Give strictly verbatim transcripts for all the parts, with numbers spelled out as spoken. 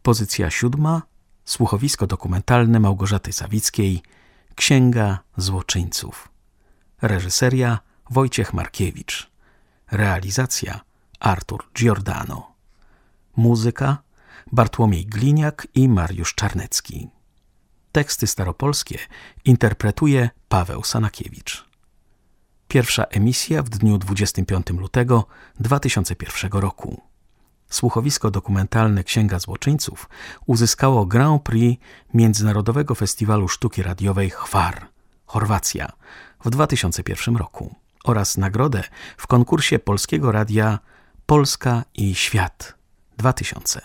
Pozycja siódma. Słuchowisko dokumentalne Małgorzaty Sawickiej Księga złoczyńców. Reżyseria Wojciech Markiewicz. Realizacja Artur Giordano. Muzyka Bartłomiej Gliniak i Mariusz Czarnecki. Teksty staropolskie interpretuje Paweł Sanakiewicz. Pierwsza emisja w dniu dwudziestego piątego lutego dwa tysiące pierwszego roku. Słuchowisko dokumentalne Księga złoczyńców uzyskało Grand Prix Międzynarodowego Festiwalu Sztuki Radiowej Hvar, Chorwacja w dwa tysiące pierwszym roku oraz nagrodę w konkursie Polskiego Radia Polska i Świat dwa tysiące.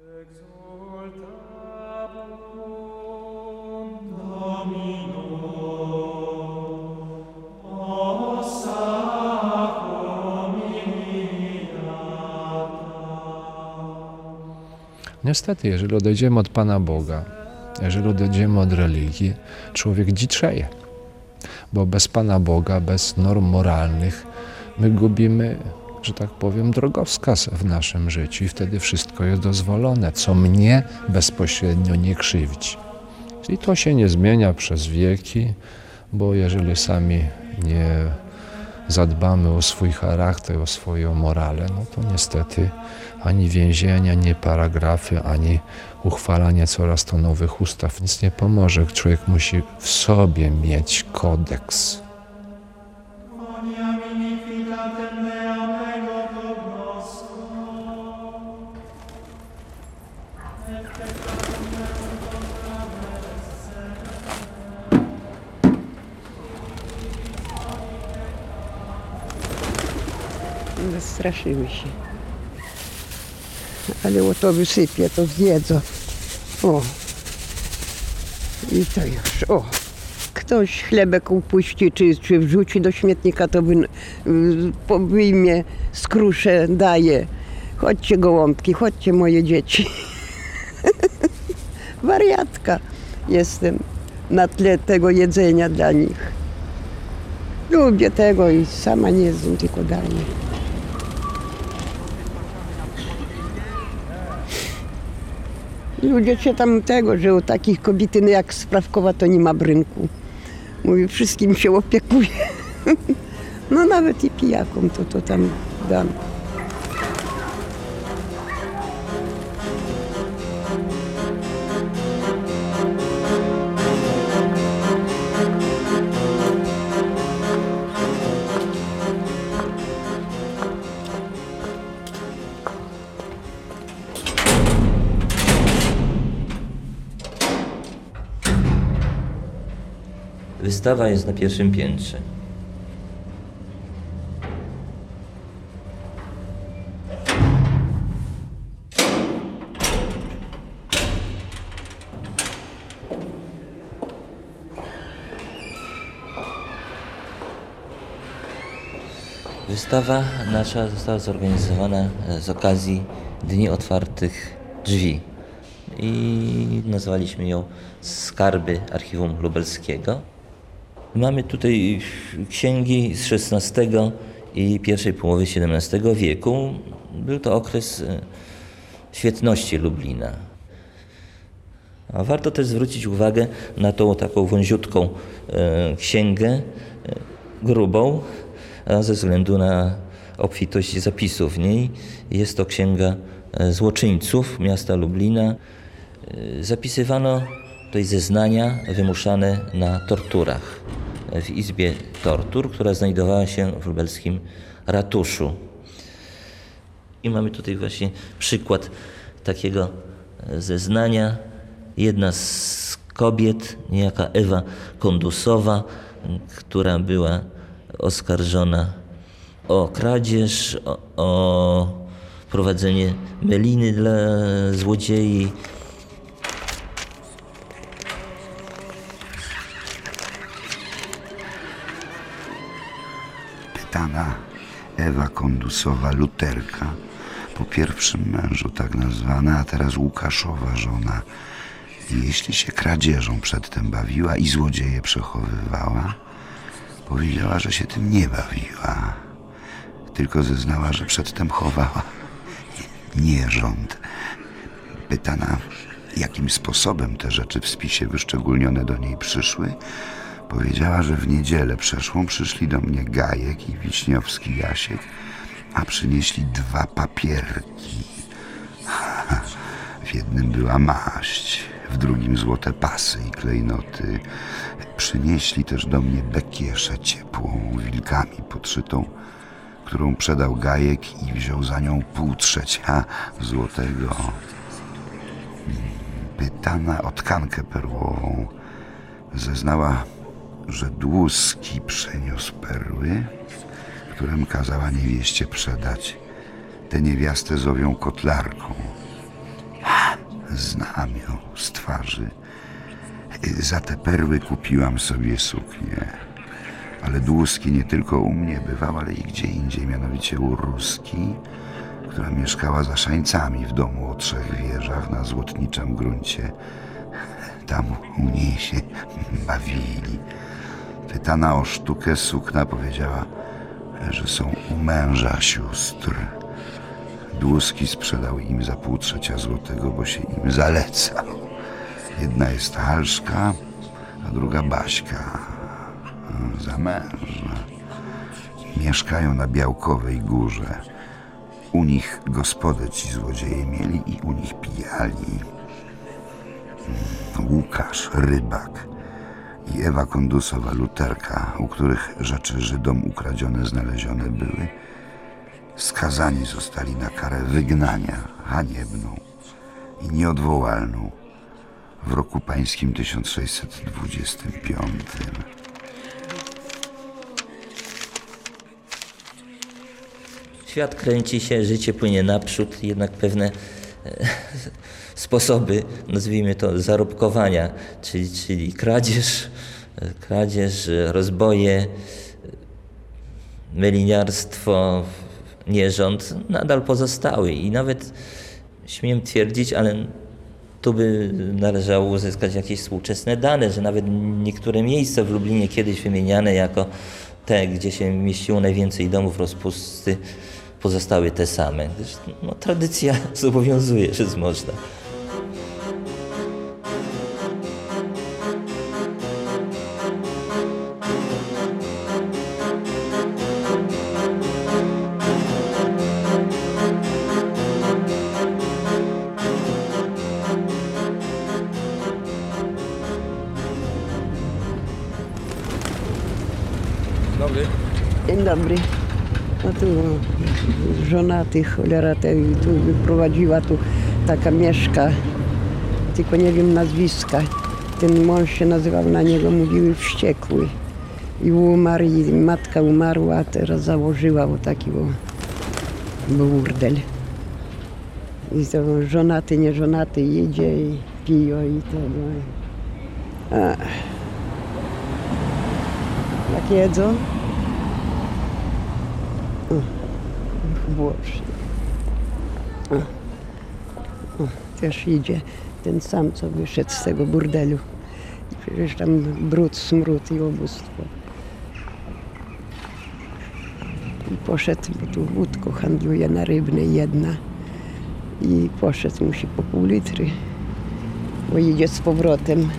Niestety, jeżeli odejdziemy od Pana Boga, jeżeli odejdziemy od religii, człowiek dziczeje. Bo bez Pana Boga, bez norm moralnych, my gubimy, że tak powiem, drogowskaz w naszym życiu i wtedy wszystko jest dozwolone, co mnie bezpośrednio nie krzywdzi. I to się nie zmienia przez wieki, bo jeżeli sami nie zadbamy o swój charakter, o swoją moralę, no to niestety ani więzienia, ani paragrafy, ani uchwalanie coraz to nowych ustaw nic nie pomoże. Człowiek musi w sobie mieć kodeks. Zastraszyły się. Ale o to wysypie, to zjedzą. O. I to już, o. Ktoś chlebek upuści, czy, czy wrzuci do śmietnika, to wy, wyjmie, skrusze, daje. Chodźcie gołąbki, chodźcie moje dzieci. Wariatka jestem na tle tego jedzenia dla nich. Lubię tego i sama nie jedzę, tylko daję. Ludzie się tam tego, że u takich kobiety jak Sprawkowa to nie ma brynku. Mówi, wszystkim się opiekuje. No nawet i pijakom to, to tam dam. Wystawa jest na pierwszym piętrze. Wystawa nasza została zorganizowana z okazji Dni Otwartych Drzwi i nazwaliśmy ją Skarby Archiwum Lubelskiego. Mamy tutaj księgi z szesnastego i pierwszej połowy siedemnastego wieku. Był to okres świetności Lublina. A warto też zwrócić uwagę na tą taką wąziutką księgę, grubą, ze względu na obfitość zapisów w niej. Jest to księga złoczyńców miasta Lublina. Zapisywano tutaj zeznania wymuszane na torturach w Izbie Tortur, która znajdowała się w lubelskim ratuszu. I mamy tutaj właśnie przykład takiego zeznania. Jedna z kobiet, niejaka Ewa Kondusowa, która była oskarżona o kradzież, o, o prowadzenie meliny dla złodziei. Pytana Ewa Kondusowa, luterka, po pierwszym mężu tak nazwana, a teraz Łukaszowa żona. I jeśli się kradzieżą przedtem bawiła i złodzieje przechowywała, powiedziała, że się tym nie bawiła, tylko zeznała, że przedtem chowała nierząd. Pytana, jakim sposobem te rzeczy w spisie wyszczególnione do niej przyszły, powiedziała, że w niedzielę przeszłą przyszli do mnie Gajek i Wiśniowski Jasiek, a przynieśli dwa papierki. W jednym była maść, w drugim złote pasy i klejnoty. Przynieśli też do mnie bekieszę ciepłą, wilkami podszytą, którą przedał Gajek i wziął za nią pół trzecia złotego. Pytana o tkankę perłową zeznała, że Dłuski przyniósł perły, którym kazała niewieście przedać. Tę niewiastę zowią Kotlarką. Znam ją z twarzy. Za te perły kupiłam sobie suknię. Ale Dłuski nie tylko u mnie bywał, ale i gdzie indziej, mianowicie u Ruski, która mieszkała za Szańcami w domu o trzech wieżach na złotniczym gruncie. Tam u niej się bawili. Pytana o sztukę sukna powiedziała, że są u męża sióstr. Dłuski sprzedał im za pół trzecia złotego, bo się im zalecał. Jedna jest Halszka, a druga Baśka. Zamężna. Mieszkają na Białkowej Górze. U nich gospodę ci złodzieje mieli i u nich pijali. Łukasz, rybak i Ewa Kondusowa, luterka, u których rzeczy Żydom ukradzione znalezione były, skazani zostali na karę wygnania haniebną i nieodwołalną w roku pańskim tysiąc sześćset dwudziestym piątym. Świat kręci się, życie płynie naprzód, jednak pewne sposoby, nazwijmy to, zarobkowania, czyli, czyli kradzież, kradzież, rozboje, meliniarstwo, nierząd nadal pozostały i nawet śmiem twierdzić, ale tu by należało uzyskać jakieś współczesne dane, że nawet niektóre miejsca w Lublinie kiedyś wymieniane jako te, gdzie się mieściło najwięcej domów rozpusty, pozostały te same. Gdyż, no, tradycja zobowiązuje, że można. Dobry. Dzień dobry. No tu żonaty, cholera, te, tu wyprowadziła, tu taka mieszka, tylko nie wiem nazwiska. Ten mąż się nazywał, na niego mówiły Wściekły. I umarł, i matka umarła, a teraz założyła o taki o, burdel. I to żonaty, nieżonaty idzie i piją i to. No. A. Jak jedzą? O, Boże. O, o, też idzie ten sam, co wyszedł z tego burdelu. Przecież tam brud, smród i ubóstwo. I poszedł, bo tu wódko handluje na Rybnej jedna. I poszedł, musi po pół litry, bo idzie z powrotem.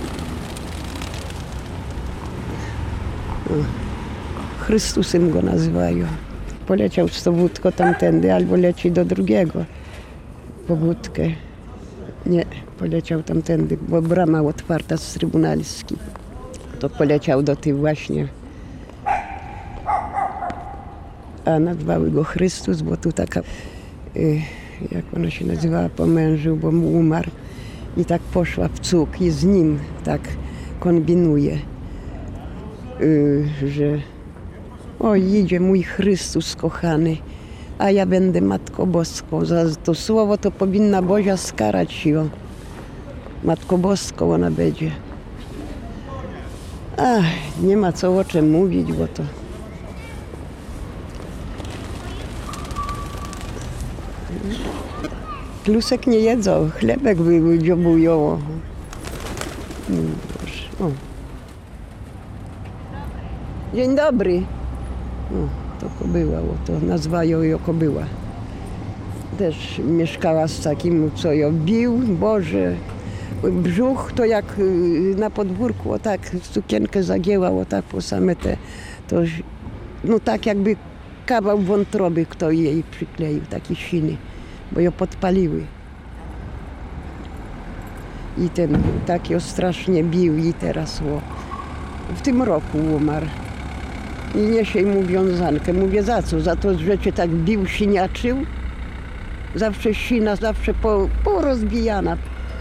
O, Chrystusem go nazywają. Poleciał z to wódko tamtędy, albo leci do drugiego po wódkę. Nie, poleciał tamtędy, bo brama otwarta z Trybunalski. To poleciał do tej właśnie. A nazwały go Chrystus, bo tu taka, y, jak ona się nazywała po mężu, bo mu umarł. I tak poszła w cuk i z nim tak kombinuje, y, że o, idzie mój Chrystus kochany, a ja będę Matką Boską. Za to słowo to powinna Bozia skarać ją. Matką Boską ona będzie. Ach, nie ma co o czym mówić, bo to... Klusek nie jedzą, chlebek wydziobują. O. Dzień dobry. O, to kobyła, o, to nazwają ją kobyła. Też mieszkała z takim, co ją bił, Boże. Brzuch to jak y, na podwórku, o tak sukienkę zagięła, o tak po same te, to no tak jakby kawał wątroby kto jej przykleił, taki siny, bo ją podpaliły. I ten tak ją strasznie bił i teraz o, w tym roku umarł. I niesie mu wiązankę. Mówię, za co? Za to, że cię tak bił, siniaczył? Zawsze sina, zawsze po, porozbijana.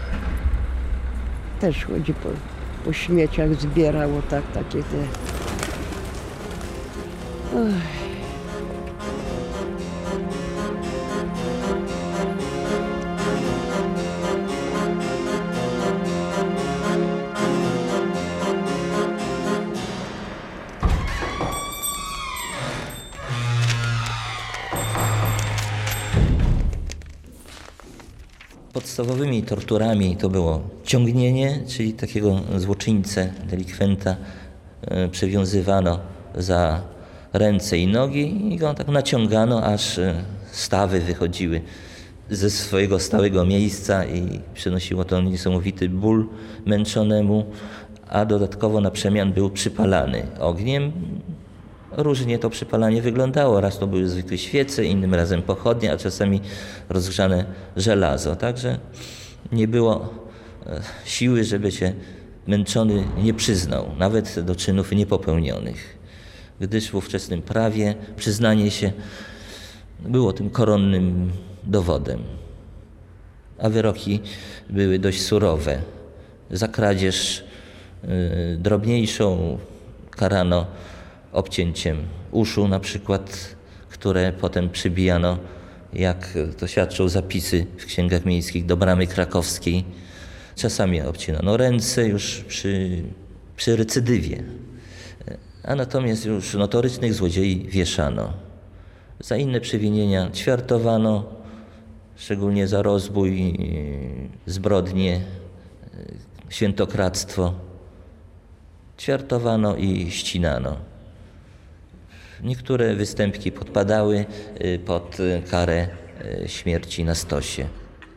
Też chodzi po, po śmieciach, zbierało tak, takie te... Ach. Podstawowymi torturami to było ciągnienie, czyli takiego złoczyńcę, delikwenta e, przywiązywano za ręce i nogi i go tak naciągano, aż e, stawy wychodziły ze swojego stałego miejsca i przynosiło to niesamowity ból męczonemu, a dodatkowo na przemian był przypalany ogniem. Różnie to przypalanie wyglądało. Raz to były zwykłe świece, innym razem pochodnie, a czasami rozgrzane żelazo. Także nie było siły, żeby się męczony nie przyznał, nawet do czynów niepopełnionych. Gdyż w ówczesnym prawie przyznanie się było tym koronnym dowodem. A wyroki były dość surowe. Za kradzież y, drobniejszą karano obcięciem uszu na przykład, które potem przybijano, jak to świadczą zapisy w księgach miejskich, do bramy krakowskiej. Czasami obcinano ręce już przy, przy recydywie, a natomiast już notorycznych złodziei wieszano. Za inne przewinienia ćwiartowano, szczególnie za rozbój, zbrodnie, świętokradztwo. Ćwiartowano i ścinano. Niektóre występki podpadały pod karę śmierci na stosie.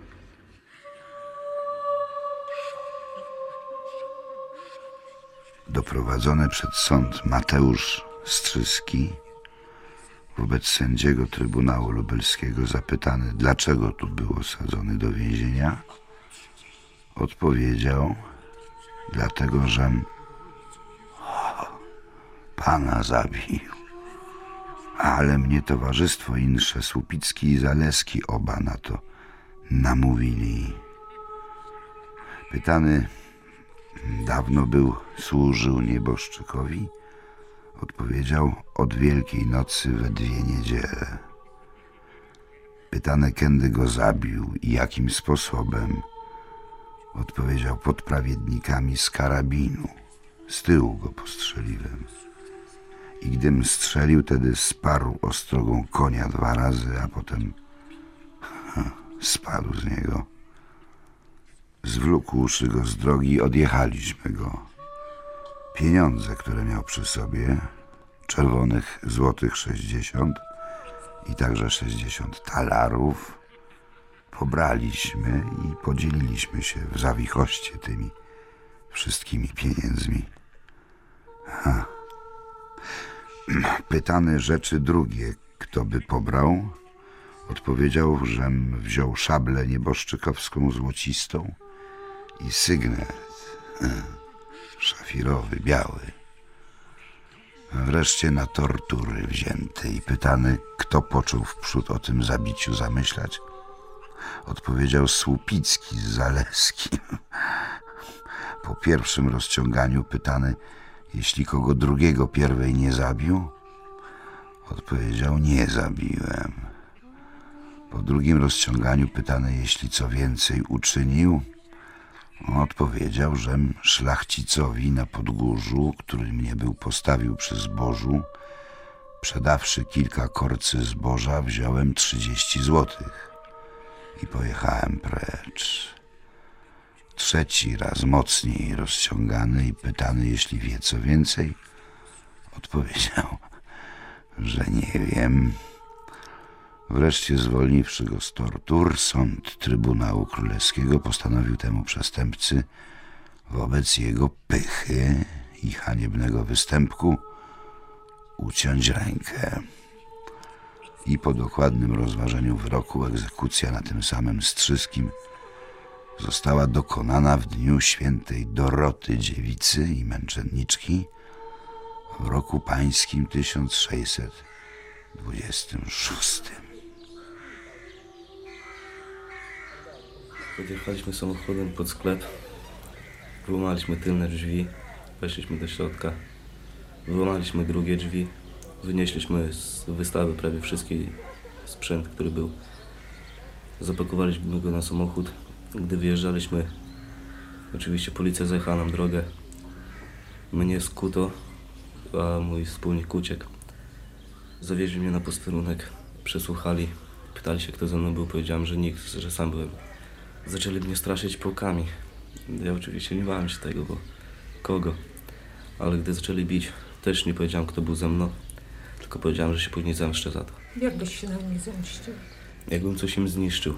Doprowadzony przed sąd Mateusz Strzyski wobec sędziego Trybunału Lubelskiego zapytany, dlaczego tu był osadzony do więzienia, odpowiedział, dlatego żem pana zabił. Ale mnie towarzystwo insze, Słupicki i Zaleski, oba na to namówili. Pytany, dawno był, służył nieboszczykowi, odpowiedział, od Wielkiej Nocy we dwie niedziele. Pytany, kiedy go zabił i jakim sposobem, odpowiedział, pod prawiednikami z karabinu, z tyłu go postrzeliłem. I gdym strzelił, tedy sparł ostrogą konia dwa razy, a potem ha, spadł z niego. Zwlókłszy go z drogi i odjechaliśmy go. Pieniądze, które miał przy sobie, czerwonych złotych sześćdziesiąt i także sześćdziesiąt talarów, pobraliśmy i podzieliliśmy się w zawichoście tymi wszystkimi pieniędzmi. Ha. Pytany rzeczy drugie, kto by pobrał, odpowiedział, żem wziął szablę nieboszczykowską złocistą i sygnet szafirowy, biały. Wreszcie na tortury wzięty i pytany, kto począł wprzód o tym zabiciu zamyślać, odpowiedział Słupicki z Zaleskim. Po pierwszym rozciąganiu pytany, jeśli kogo drugiego pierwej nie zabił, odpowiedział, nie zabiłem. Po drugim rozciąganiu pytany, jeśli co więcej uczynił, odpowiedział, żem szlachcicowi na Podgórzu, który mnie był postawił przy zbożu, przedawszy kilka korcy zboża, wziąłem trzydzieści złotych i pojechałem precz. Trzeci raz mocniej rozciągany i pytany, jeśli wie co więcej, odpowiedział, że nie wiem. Wreszcie, zwolniwszy go z tortur, sąd Trybunału Królewskiego postanowił temu przestępcy wobec jego pychy i haniebnego występku uciąć rękę. I po dokładnym rozważeniu wyroku egzekucja na tym samym Strzyskim została dokonana w dniu świętej Doroty Dziewicy i Męczenniczki w roku pańskim tysiąc sześćset dwudziestym szóstym. Podjechaliśmy samochodem pod sklep, wyłamaliśmy tylne drzwi, weszliśmy do środka, wyłamaliśmy drugie drzwi, wynieśliśmy z wystawy prawie wszystki sprzęt, który był. Zapakowaliśmy go na samochód. Gdy wyjeżdżaliśmy, oczywiście policja zajechała nam drogę. Mnie skuto, a mój wspólnik uciekł. Zawieźli mnie na posterunek, przesłuchali, pytali się, kto ze mną był. Powiedziałem, że nikt, że sam byłem. Zaczęli mnie straszyć pałkami. Ja oczywiście nie bałem się tego, bo kogo? Ale gdy zaczęli bić, też nie powiedziałem, kto był ze mną, tylko powiedziałem, że się później zemszczę za to. Jak byś się na mnie zemścił? Jakbym coś im zniszczył.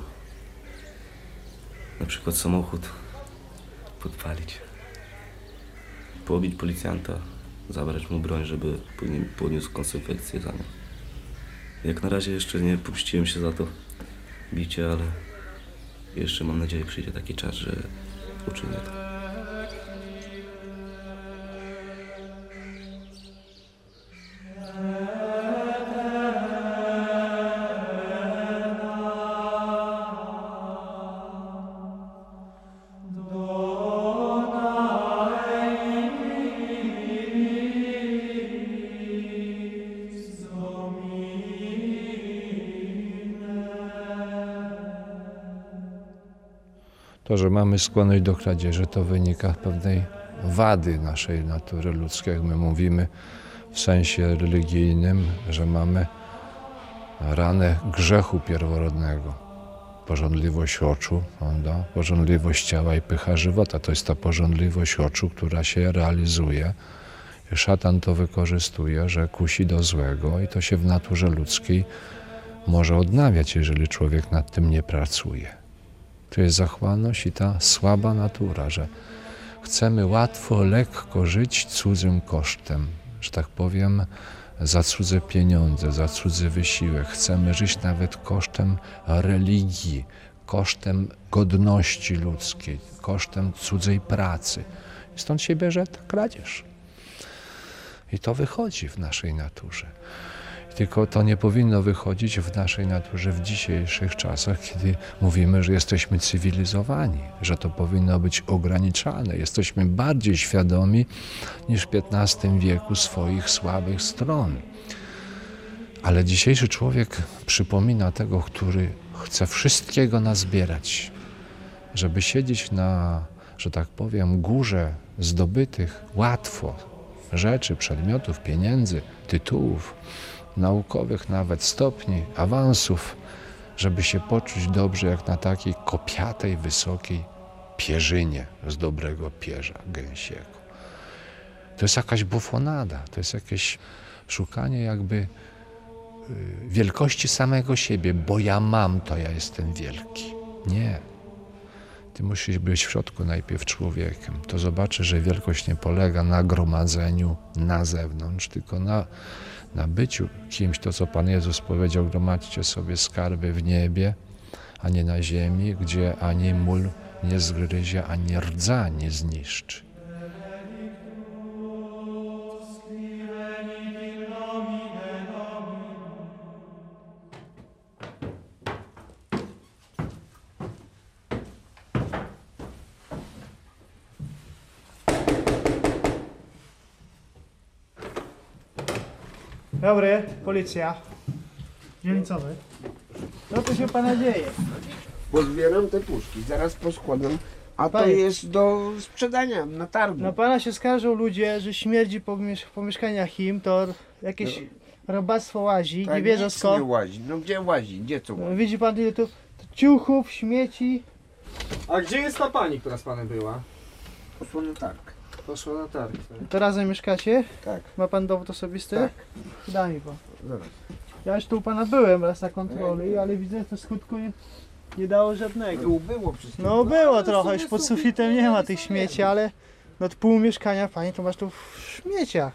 Na przykład samochód podpalić. Pobić policjanta, zabrać mu broń, żeby później poniósł konsekwencje za nią. Jak na razie jeszcze nie puściłem się za to bicie, ale jeszcze mam nadzieję, przyjdzie taki czas, że uczynię to. To, że mamy skłonność do kradzieży, to wynika z pewnej wady naszej natury ludzkiej, jak my mówimy w sensie religijnym, że mamy ranę grzechu pierworodnego. Pożądliwość oczu, prawda? Pożądliwość ciała i pycha żywota. To jest ta pożądliwość oczu, która się realizuje. I szatan to wykorzystuje, że kusi do złego i to się w naturze ludzkiej może odnawiać, jeżeli człowiek nad tym nie pracuje. To jest zachłanność i ta słaba natura, że chcemy łatwo, lekko żyć cudzym kosztem, że tak powiem, za cudze pieniądze, za cudzy wysiłek. Chcemy żyć nawet kosztem religii, kosztem godności ludzkiej, kosztem cudzej pracy. I stąd się bierze ta kradzież. I to wychodzi w naszej naturze. Tylko to nie powinno wychodzić w naszej naturze w dzisiejszych czasach, kiedy mówimy, że jesteśmy cywilizowani, że to powinno być ograniczane. Jesteśmy bardziej świadomi niż w piętnastym wieku swoich słabych stron. Ale dzisiejszy człowiek przypomina tego, który chce wszystkiego nazbierać, żeby siedzieć na, że tak powiem, górze zdobytych łatwo rzeczy, przedmiotów, pieniędzy, tytułów naukowych, nawet stopni, awansów, żeby się poczuć dobrze jak na takiej kopiatej, wysokiej pierzynie z dobrego pierza gęsiego. To jest jakaś bufonada, to jest jakieś szukanie jakby wielkości samego siebie, bo ja mam, to ja jestem wielki. Nie. Ty musisz być w środku najpierw człowiekiem. To zobaczysz, że wielkość nie polega na gromadzeniu na zewnątrz, tylko na na byciu kimś, to co Pan Jezus powiedział, gromadźcie sobie skarby w niebie, a nie na ziemi, gdzie ani mól nie zgryzie, ani rdza nie zniszczy. Dobry, policja. Dzielnicowy. Co tu się pana dzieje? Pozbieram te puszki, zaraz poskładam, a to Panie. jest do sprzedania na targu. Na pana się skarżą ludzie, że śmierdzi po, miesz po mieszkaniach im, to jakieś robactwo łazi, tak, nie wierzę nic nie skąd. łazi. No gdzie łazi? Gdzie to łazi? Widzi pan ile tu ciuchów, śmieci. A gdzie jest ta pani, która z panem była? Poszło na targ. Poszła na targ. To razem mieszkacie? Tak. Ma pan dowód osobisty? Tak. Daj mi pan. Zaraz. Ja już tu u pana byłem raz na kontroli, ale widzę, że to skutku nie, nie dało żadnego. Tu było wszystko. No było trochę, już pod sufitem nie ma tych śmieci, ale nad pół mieszkania pani to masz tu w śmieciach.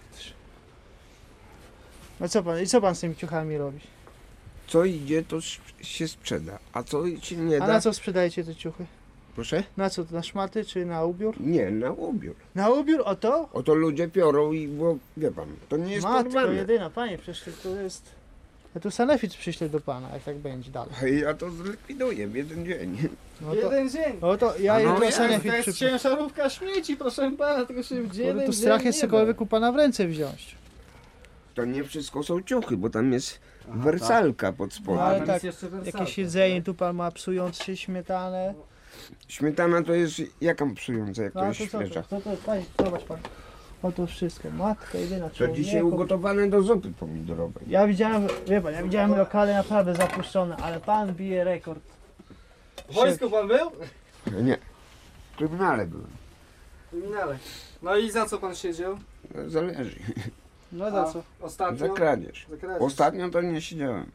No co pan, i co pan z tymi ciuchami robi? Co idzie, to się sprzeda, a co się nie A da... na co sprzedajecie te ciuchy? Proszę? Na co, na szmaty czy na ubiór? Nie, na ubiór. Na ubiór, o to? Oto ludzie piorą i, bo wie pan, to nie jest Matko normalne. jedyna, panie, przecież to jest... Ja tu sanepid przyślę do pana, jak tak będzie dalej. A ja to zlikwiduję w jeden dzień. No to, Jeden dzień. no to ja A no jutro jak, sanepid To jest przyślę. ciężarówka śmieci, proszę pana, tylko się w Kurde, jeden to dzień strach jest nie cokolwiek da. u pana w ręce wziąć. To nie wszystko są ciuchy, bo tam jest wersalka pod No, spodem. ale tam tak, jest jeszcze wersalka. jakieś jedzenie, tu pan ma psujące się śmietanę. Śmietana to jest jaka psująca, jak No to a jest to co to? świeża. To, to, panie, zobacz pan. Oto wszystko, matka jedyna To człowieku. dzisiaj ugotowane do zupy pomidorowej. Ja widziałem, wie pan, ja widziałem lokale naprawdę zapuszczone, ale pan bije rekord. W wojsku pan był? Nie, w kryminale byłem. W kryminale. No i za co pan siedział? No, zależy. No za A co? Ostatnio? Za kradzież. Za kradzież. Ostatnio to nie siedziałem.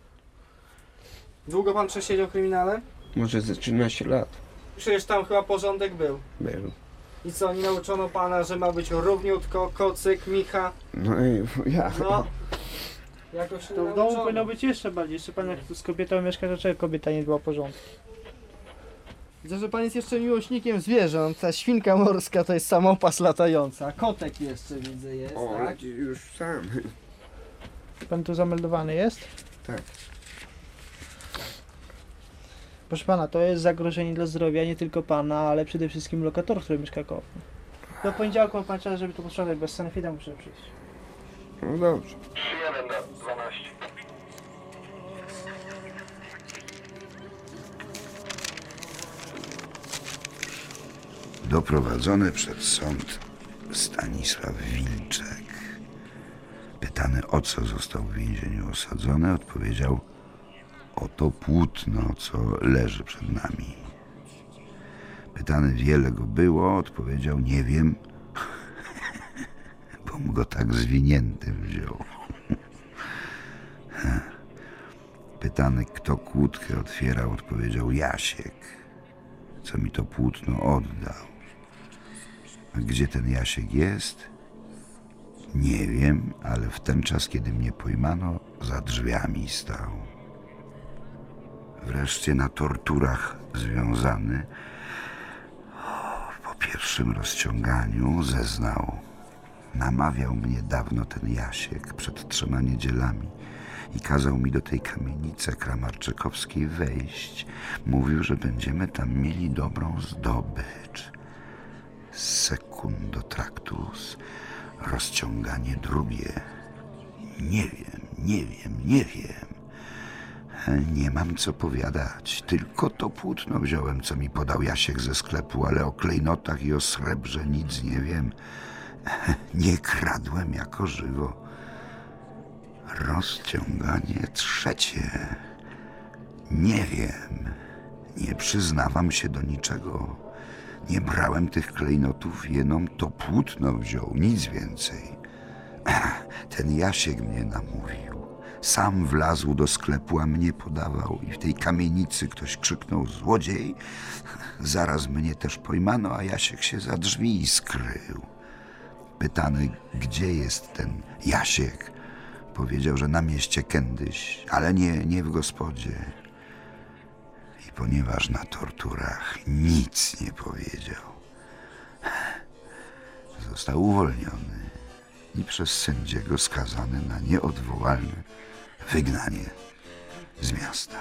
Długo pan przesiedział w kryminale? Może ze trzynaście lat Przecież tam chyba porządek był. był. I co, nie nauczono pana, że ma być równiutko, kocyk, micha? No i ja. No. Jakoś To w domu powinno być jeszcze bardziej. Jeszcze pan jak tu z kobietą mieszka, to czego kobieta nie była porządku? Widzę, że pan jest jeszcze miłośnikiem zwierząt. Ta świnka morska to jest samopas latająca. Kotek jeszcze widzę jest, O, tak? leci już sam. Pan tu zameldowany jest? Tak. Proszę pana, to jest zagrożenie dla zdrowia nie tylko pana, ale przede wszystkim lokatorów, który mieszka koło. Do poniedziałku ma pan czas, żeby to posprzątać, bez sanepida muszę przyjść. No dobrze. Doprowadzony przed sąd Stanisław Wilczek. Pytany, o co został w więzieniu osadzony, odpowiedział: o to płótno, co leży przed nami. Pytany, wiele go było, odpowiedział: nie wiem, bom go tak zwinięty wziął. Pytany, kto kłódkę otwierał, odpowiedział: Jasiek, co mi to płótno oddał. A gdzie ten Jasiek jest? Nie wiem, ale w ten czas, kiedy mnie pojmano, za drzwiami stał. Wreszcie na torturach związany, po pierwszym rozciąganiu zeznał: namawiał mnie dawno ten Jasiek przed trzema niedzielami i kazał mi do tej kamienicy kramarczykowskiej wejść. Mówił, że będziemy tam mieli dobrą zdobycz. Secundo tractus, rozciąganie drugie. Nie wiem, nie wiem, nie wiem. Nie mam co powiadać, tylko to płótno wziąłem, co mi podał Jasiek ze sklepu, ale o klejnotach i o srebrze nic nie wiem. Nie kradłem jako żywo. Rozciąganie trzecie. Nie wiem, nie przyznawam się do niczego. Nie brałem tych klejnotów, jenom to płótno wziął, nic więcej. Ten Jasiek mnie namówił. Sam wlazł do sklepu, a mnie podawał i w tej kamienicy ktoś krzyknął: złodziej. Zaraz mnie też pojmano, a Jasiek się za drzwi skrył. Pytany, gdzie jest ten Jasiek, powiedział, że na mieście kiedyś, ale nie, nie w gospodzie. I ponieważ na torturach nic nie powiedział, został uwolniony i przez sędziego skazany na nieodwołalne wygnanie z miasta.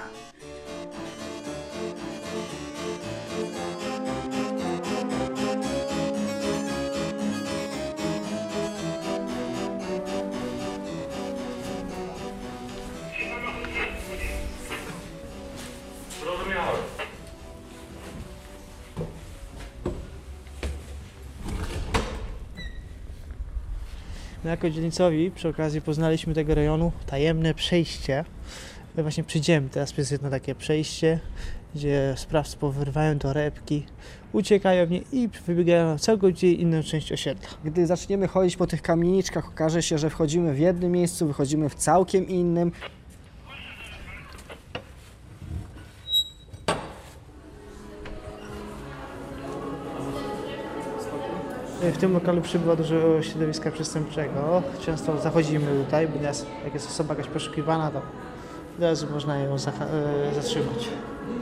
My jako dzielnicowi przy okazji poznaliśmy tego rejonu tajemne przejście. My właśnie przyjdziemy, teraz jest jedno takie przejście, gdzie sprawcy powyrywają torebki, uciekają w nie i wybiegają na całkowicie inną część osiedla. Gdy zaczniemy chodzić po tych kamieniczkach, okaże się, że wchodzimy w jednym miejscu, wychodzimy w całkiem innym. W tym lokalu przybywa dużo środowiska przestępczego. Często zachodzimy tutaj, bo nas, jak jest osoba jakaś poszukiwana, to od razu można ją zatrzymać.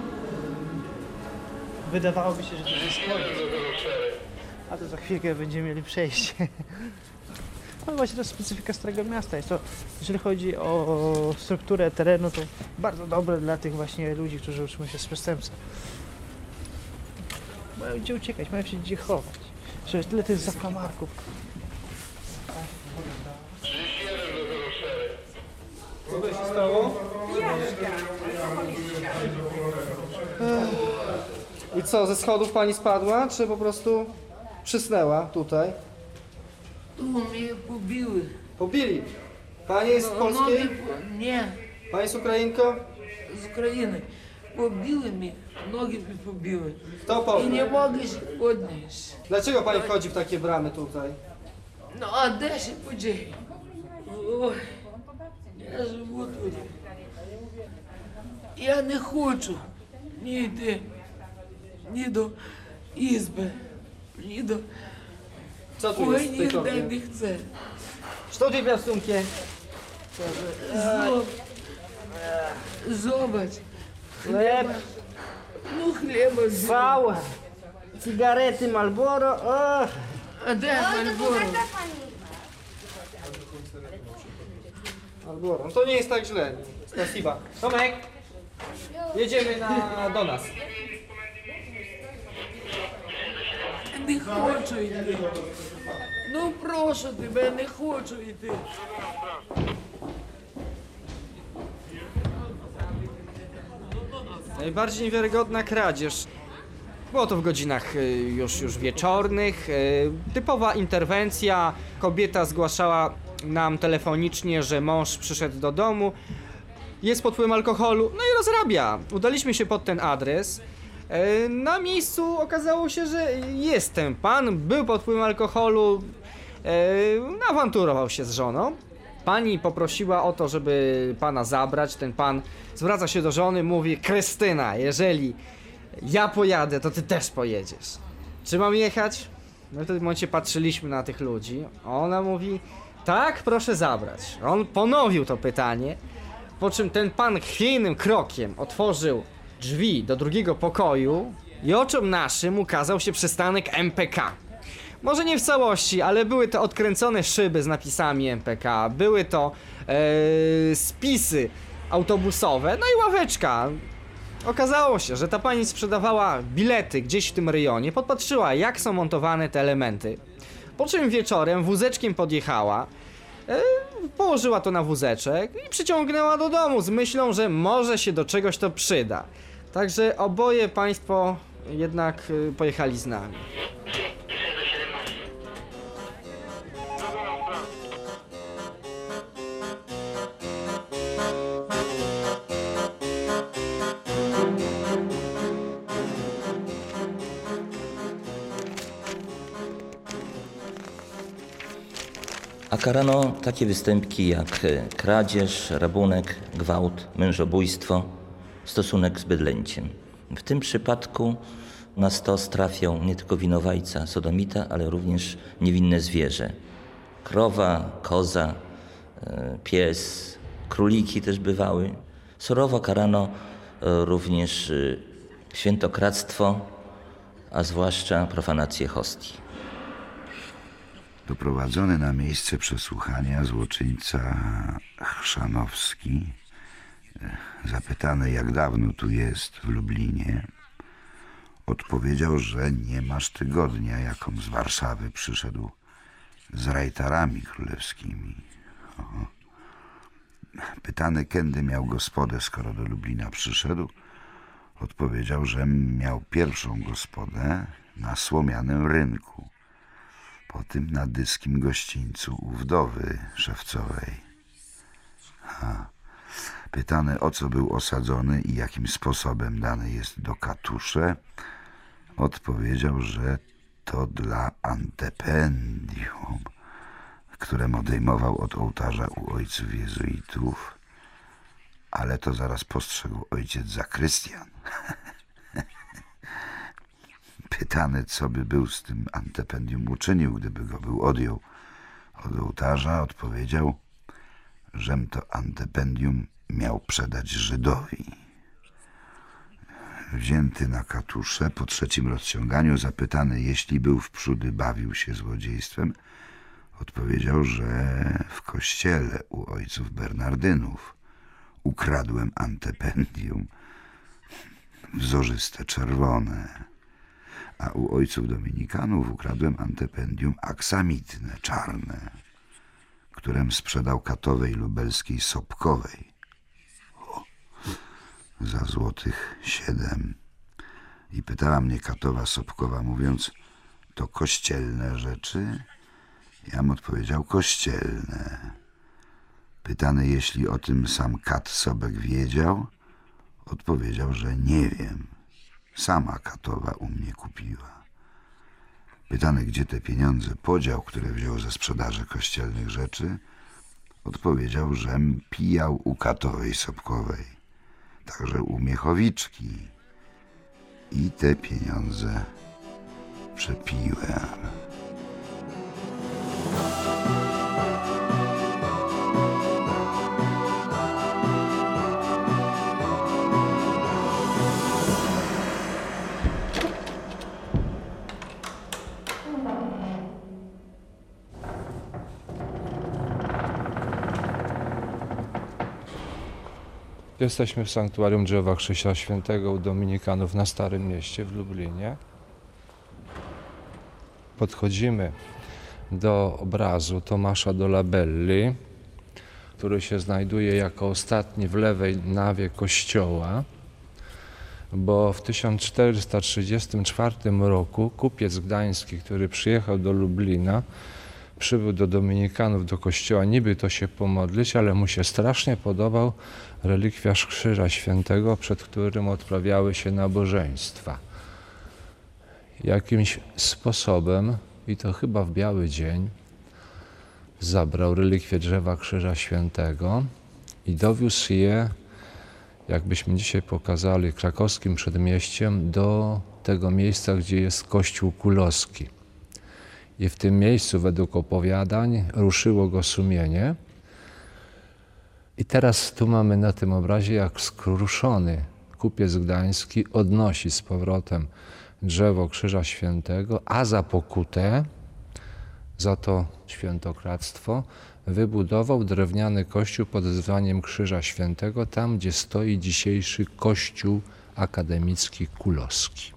Wydawałoby się, że to jest koniec, a to za chwilkę będziemy mieli przejście. No właśnie to jest specyfika Starego Miasta. Jest to, jeżeli chodzi o strukturę terenu, to bardzo dobre dla tych właśnie ludzi, którzy utrzymują się z przestępcą. Mają gdzie uciekać, mają się gdzie chować. Że tyle tych zakamarków. Co to się stało? I co, ze schodów pani spadła, czy po prostu przysnęła tutaj? Tu mnie pobiły. Pobili. Pani jest z Polskiej? Nogi, nie, Pani jest Ukrainką? z Ukrainy. Pobiły mnie, nogi mi pobiły. Kto I pobił? nie mogę się podnieść. Dlaczego pani wchodzi w takie bramy tutaj? No a де się podzieje? Ой, я живу тут. Я не хочу ні йти, ні до ізби, ні до... Co tu jest Ой, w tej ніде torbie? не chcę. Co tu jest w sumkie? Зоб... Зобач. Chleb, Ну хліба зоб. sał, cygarety Marlboro. Och. А де Мальборо? Marlboro. No to nie jest tak źle. Spasiba. Tomek, jedziemy na, do nas. Не хочу йти. Ну прошу тебе, не хочу йти. Najbardziej niewiarygodna kradzież. Było to w godzinach y, już, już wieczornych. Y, Typowa interwencja. Kobieta zgłaszała nam telefonicznie, że mąż przyszedł do domu, jest pod wpływem alkoholu, no i rozrabia. Udaliśmy się pod ten adres. Y, Na miejscu okazało się, że jest ten pan, był pod wpływem alkoholu, y, awanturował się z żoną. Pani poprosiła o to, żeby pana zabrać. Ten pan zwraca się do żony, mówi: Krystyna, jeżeli ja pojadę, to ty też pojedziesz. Czy mam jechać? No i w tym momencie patrzyliśmy na tych ludzi. Ona mówi: tak, proszę zabrać. On ponowił to pytanie, po czym ten pan chwiejnym krokiem otworzył drzwi do drugiego pokoju i oczom naszym ukazał się przystanek M P K. Może nie w całości, ale były to odkręcone szyby z napisami M P K, były to e, spisy autobusowe, no i ławeczka. Okazało się, że ta pani sprzedawała bilety gdzieś w tym rejonie, podpatrzyła, jak są montowane te elementy, po czym wieczorem wózeczkiem podjechała, e, położyła to na wózeczek i przyciągnęła do domu z myślą, że może się do czegoś to przyda. Także oboje państwo jednak e, pojechali z nami. A karano takie występki jak kradzież, rabunek, gwałt, mężobójstwo, stosunek z bydlęciem. W tym przypadku na stos trafią nie tylko winowajca, sodomita, ale również niewinne zwierzę. Krowa, koza, pies, króliki też bywały. Surowo karano również świętokradztwo, a zwłaszcza profanację hostii. Doprowadzony na miejsce przesłuchania złoczyńca Chrzanowski, zapytany, jak dawno tu jest w Lublinie, odpowiedział, że nie masz tygodnia, jak on z Warszawy przyszedł z rajtarami królewskimi. Oho. Pytany, kiedy miał gospodę, skoro do Lublina przyszedł, odpowiedział, że miał pierwszą gospodę na Słomianym Rynku, po tym na Dyskim gościńcu u wdowy Szewcowej. Ha. Pytany, o co był osadzony i jakim sposobem dany jest do katusze, odpowiedział, że to dla antypendium, które odejmował od ołtarza u ojców jezuitów, ale to zaraz postrzegł ojciec zakrystian. Pytany, co by był z tym antypendium uczynił, gdyby go był odjął od ołtarza, odpowiedział, żem to antypendium miał przedać Żydowi. Wzięty na katusze, po trzecim rozciąganiu, zapytany, jeśli był wprzódy bawił się złodziejstwem, odpowiedział, że w kościele u ojców Bernardynów ukradłem antypendium wzorzyste czerwone, a u ojców Dominikanów ukradłem antypendium aksamitne, czarne, którem sprzedał katowej lubelskiej Sobkowej o, za złotych siedem. I pytała mnie katowa Sobkowa, mówiąc, to kościelne rzeczy? Jam odpowiedział, kościelne. Pytany, jeśli o tym sam kat Sobek wiedział, odpowiedział, że nie wiem. Sama katowa u mnie kupiła. Pytany, gdzie te pieniądze podział, które wziął ze sprzedaży kościelnych rzeczy, odpowiedział, żem pijał u katowej Sobkowej, także u Miechowiczki. I te pieniądze przepiłem. Jesteśmy w sanktuarium Drzewa Krzyża Świętego u Dominikanów na Starym Mieście w Lublinie. Podchodzimy do obrazu Tomasza Dolabelli, który się znajduje jako ostatni w lewej nawie kościoła, bo w tysiąc czterysta trzydziestym czwartym roku kupiec gdański, który przyjechał do Lublina, przybył do Dominikanów, do kościoła, niby to się pomodlić, ale mu się strasznie podobał relikwiarz Krzyża Świętego, przed którym odprawiały się nabożeństwa. Jakimś sposobem, i to chyba w biały dzień, zabrał relikwie drzewa Krzyża Świętego i dowiózł je, jakbyśmy dzisiaj pokazali, krakowskim przedmieściem do tego miejsca, gdzie jest kościół Kulowski. I w tym miejscu, według opowiadań, ruszyło go sumienie. I teraz tu mamy na tym obrazie, jak skruszony kupiec gdański odnosi z powrotem drzewo Krzyża Świętego, a za pokutę, za to świętokradztwo, wybudował drewniany kościół pod wezwaniem Krzyża Świętego, tam gdzie stoi dzisiejszy kościół akademicki Kulowski.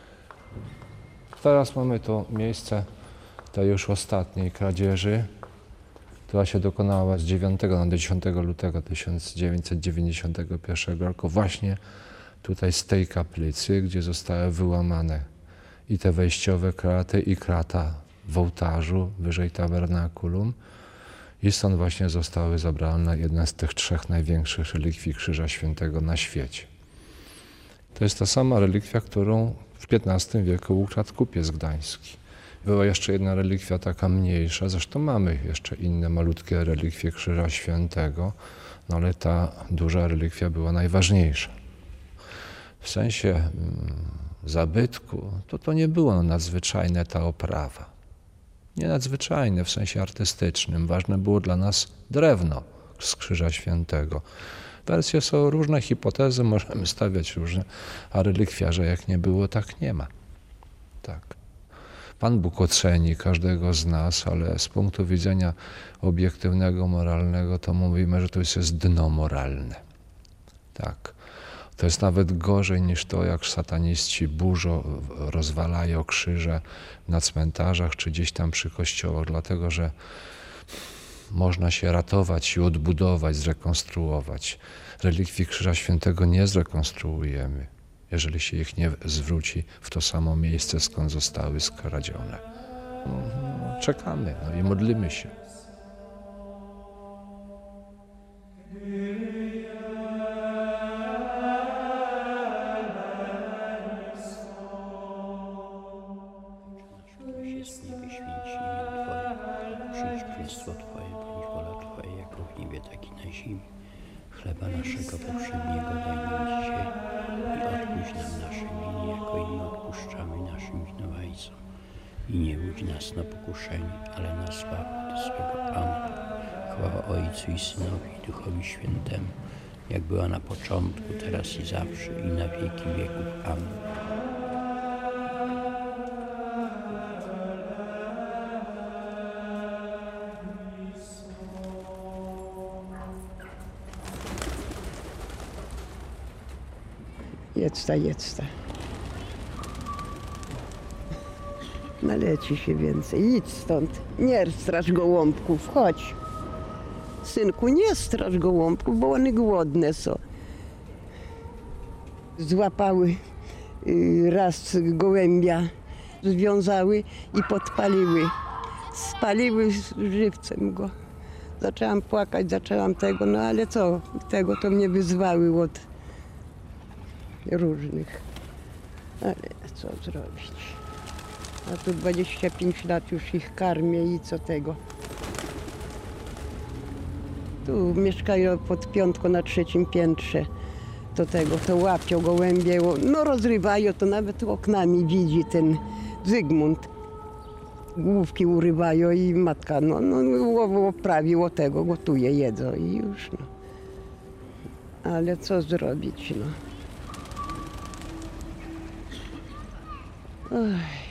Teraz mamy to miejsce tej już ostatniej kradzieży, która się dokonała z dziewiątego na dziesiątego lutego tysiąc dziewięćset dziewięćdziesiątego pierwszego roku właśnie tutaj z tej kaplicy, gdzie zostały wyłamane i te wejściowe kraty, i krata w ołtarzu wyżej tabernakulum, i stąd właśnie zostały zabrane jedne z tych trzech największych relikwii Krzyża Świętego na świecie. To jest ta sama relikwia, którą w piętnastym wieku ukradł kupiec gdański. Była jeszcze jedna relikwia taka mniejsza, zresztą mamy jeszcze inne malutkie relikwie Krzyża Świętego, no ale ta duża relikwia była najważniejsza. W sensie mm, zabytku to to nie było nadzwyczajne ta oprawa. Nie nadzwyczajne w sensie artystycznym. Ważne było dla nas drewno z Krzyża Świętego. Wersje są różne, hipotezy możemy stawiać różne, a relikwiarza jak nie było, tak nie ma. Tak. Pan Bóg oceni każdego z nas, ale z punktu widzenia obiektywnego, moralnego, to mówimy, że to jest dno moralne. Tak. To jest nawet gorzej niż to, jak sataniści burzo rozwalają krzyże na cmentarzach czy gdzieś tam przy kościołach, dlatego że można się ratować i odbudować, zrekonstruować. Relikwii Krzyża Świętego nie zrekonstruujemy, jeżeli się ich nie zwróci w to samo miejsce, skąd zostały skradzione. No, czekamy no i modlimy się. chleba naszego poprzedniego daj nam dzisiaj i odpuść nam nasze winy, jako i my odpuszczamy naszym winowajcom. I nie wódź nas na pokuszenie, ale nas zbaw od swego. Amen. Chwała Ojcu i Synowi i Duchowi Świętemu, jak była na początku, teraz i zawsze, i na wieki wieków. Amen. Jedz ta, jedz ta. Naleci się więcej. Idź stąd. Nie straż gołąbków. Chodź. Synku, nie straż gołąbków, bo one głodne są. Złapały y, raz gołębia, związały i podpaliły. Spaliły żywcem go. Zaczęłam płakać, zaczęłam tego, no ale co? Tego to mnie wyzwały od różnych. Ale co zrobić? A tu dwadzieścia pięć lat już ich karmię i co tego. Tu mieszkają pod piątką na trzecim piętrze. To tego, to łapią gołębie, no rozrywają, to nawet oknami widzi ten Zygmunt. Główki urywają i matka, no, no oprawiło tego, gotuje, jedzą i już, no. Ale co zrobić, no. Oj.